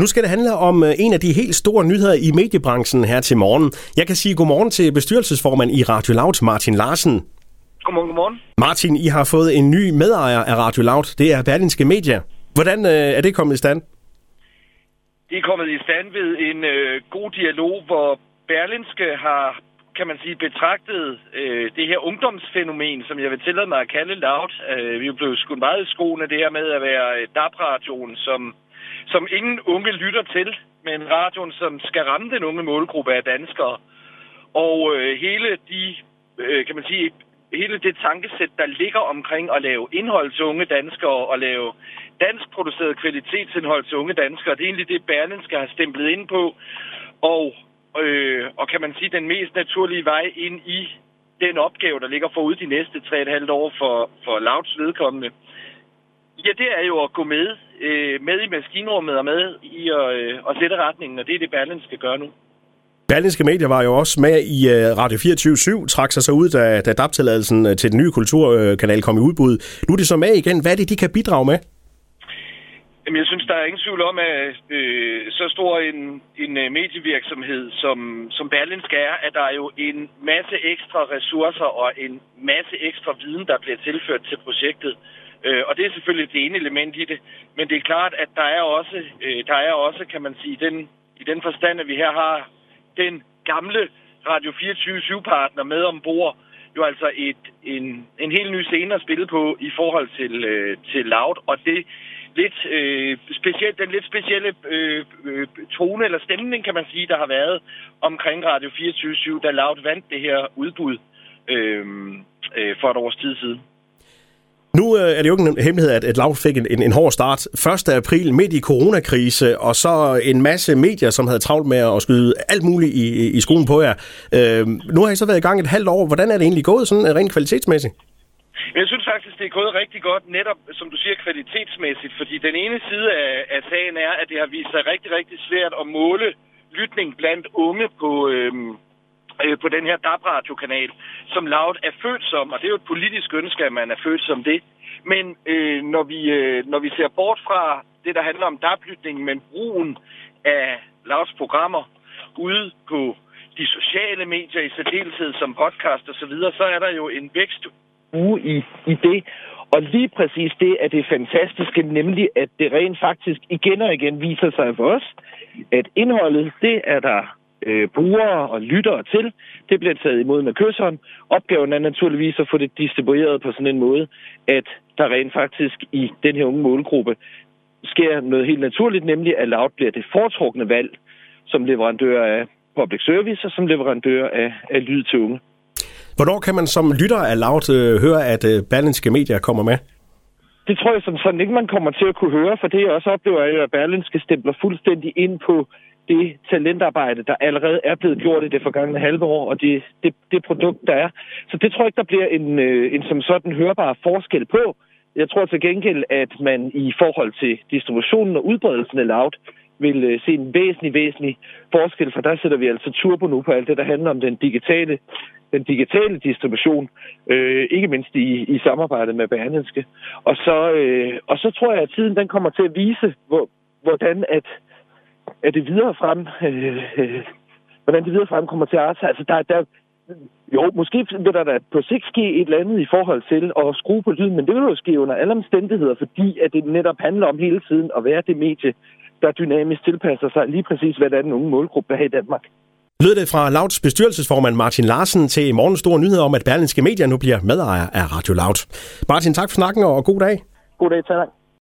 Nu skal det handle om en af de helt store nyheder i mediebranchen her til morgen. Jeg kan sige godmorgen til bestyrelsesformand i Radio Loud, Martin Larsen. Godmorgen. Martin, I har fået en ny medejer af Radio Loud. Det er Berlingske Media. Hvordan er det kommet i stand? Det er kommet i stand ved en god dialog, hvor Berlingske har, kan man sige, betragtet det her ungdomsfænomen, som jeg vil tillade mig at kalde Loud. Vi er blevet skudt meget i skoene det her med at være DAB-radioen, som ingen unge lytter til, men radioen, som skal ramme den unge målgruppe af danskere. Og hele det tankesæt, der ligger omkring at lave indhold til unge danskere og lave dansk produceret kvalitetsindhold til unge danskere, det er egentlig det, Berlingske har stemplet ind på. Og kan man sige, den mest naturlige vej ind i den opgave, der ligger forud de næste 3,5 år for Louds vedkommende, ja, det er jo at gå med i maskinrummet og med i at sætte retningen, og det er det, Berlingske gør nu. Berlingske Media var jo også med i Radio 24/7, trak sig så ud, da DAB-tilladelsen til den nye kulturkanal kom i udbud. Nu er de så med igen. Hvad er det, de kan bidrage med? Jamen, jeg synes, der er ingen tvivl om, at så stor en medievirksomhed, som Berlingske er, at der er jo en masse ekstra ressourcer og en masse ekstra viden, der bliver tilført til projektet. Og det er selvfølgelig det ene element i det. Men det er klart, at der er også, kan man sige, i den forstand, at vi her har den gamle Radio 24/7-partner med ombord, jo altså en helt ny scene at spille på i forhold til Loud, og det den lidt specielle tone eller stemning, kan man sige, der har været omkring Radio 24/7, da Loud vandt det her udbud for et års tid siden. Nu er det jo ikke en hemmelighed, at Loud fik en hård start. 1. april midt i coronakrise, og så en masse medier, som havde travlt med at skyde alt muligt i skoen på jer. Nu har I så været i gang et halvt år. Hvordan er det egentlig gået, sådan rent kvalitetsmæssigt? Jeg synes faktisk, det er gået rigtig godt, netop som du siger, kvalitetsmæssigt. Fordi den ene side af sagen er, at det har vist sig rigtig, rigtig svært at måle lytning blandt unge på den her DAB-radiokanal, som Loud er født som, og det er jo et politisk ønske, at man er født som det. Men når vi ser bort fra det, der handler om DAB-lytningen, men brugen af Louds programmer ude på de sociale medier, i særdeleshed som podcast og så videre, så er der jo en vækst i det. Og lige præcis det er det fantastiske, nemlig at det rent faktisk igen og igen viser sig for os, at indholdet, det er der brugere og lyttere til. Det bliver taget imod med kysseren. Opgaven er naturligvis at få det distribueret på sådan en måde, at der rent faktisk i den her unge målgruppe sker noget helt naturligt, nemlig at Loud bliver det foretrukne valg som leverandør af public service og som leverandør af lyd til unge. Hvornår kan man som lytter af Loud høre, at Berlingske Media kommer med? Det tror jeg som sådan ikke, man kommer til at kunne høre, for det jeg også oplever er jo, at Berlingske stempler fuldstændig ind på det talentarbejde, der allerede er blevet gjort i det forgangne halve år, og det produkt, der er. Så det tror jeg ikke, der bliver en som sådan hørbar forskel på. Jeg tror til gengæld, at man i forhold til distributionen og udbredelsen af Loud vil se en væsentlig forskel, for der sætter vi altså turbo nu på alt det, der handler om den digitale distribution, ikke mindst i samarbejde med Berlingske. Og så tror jeg, at tiden den kommer til at vise, hvordan det videre frem kommer til at arte. Altså måske vil der da på sigt ske et eller andet i forhold til at skrue på lyden, men det vil jo ske under alle omstændigheder, fordi at det netop handler om hele tiden at være det medie, der dynamisk tilpasser sig lige præcis, hvad der er den unge målgruppe her i Danmark. Lød det fra Louds bestyrelsesformand Martin Larsen til morgens store nyheder om, at Berlingske Media nu bliver medejer af Radio Loud. Martin, tak for snakken og god dag. God dag til dig.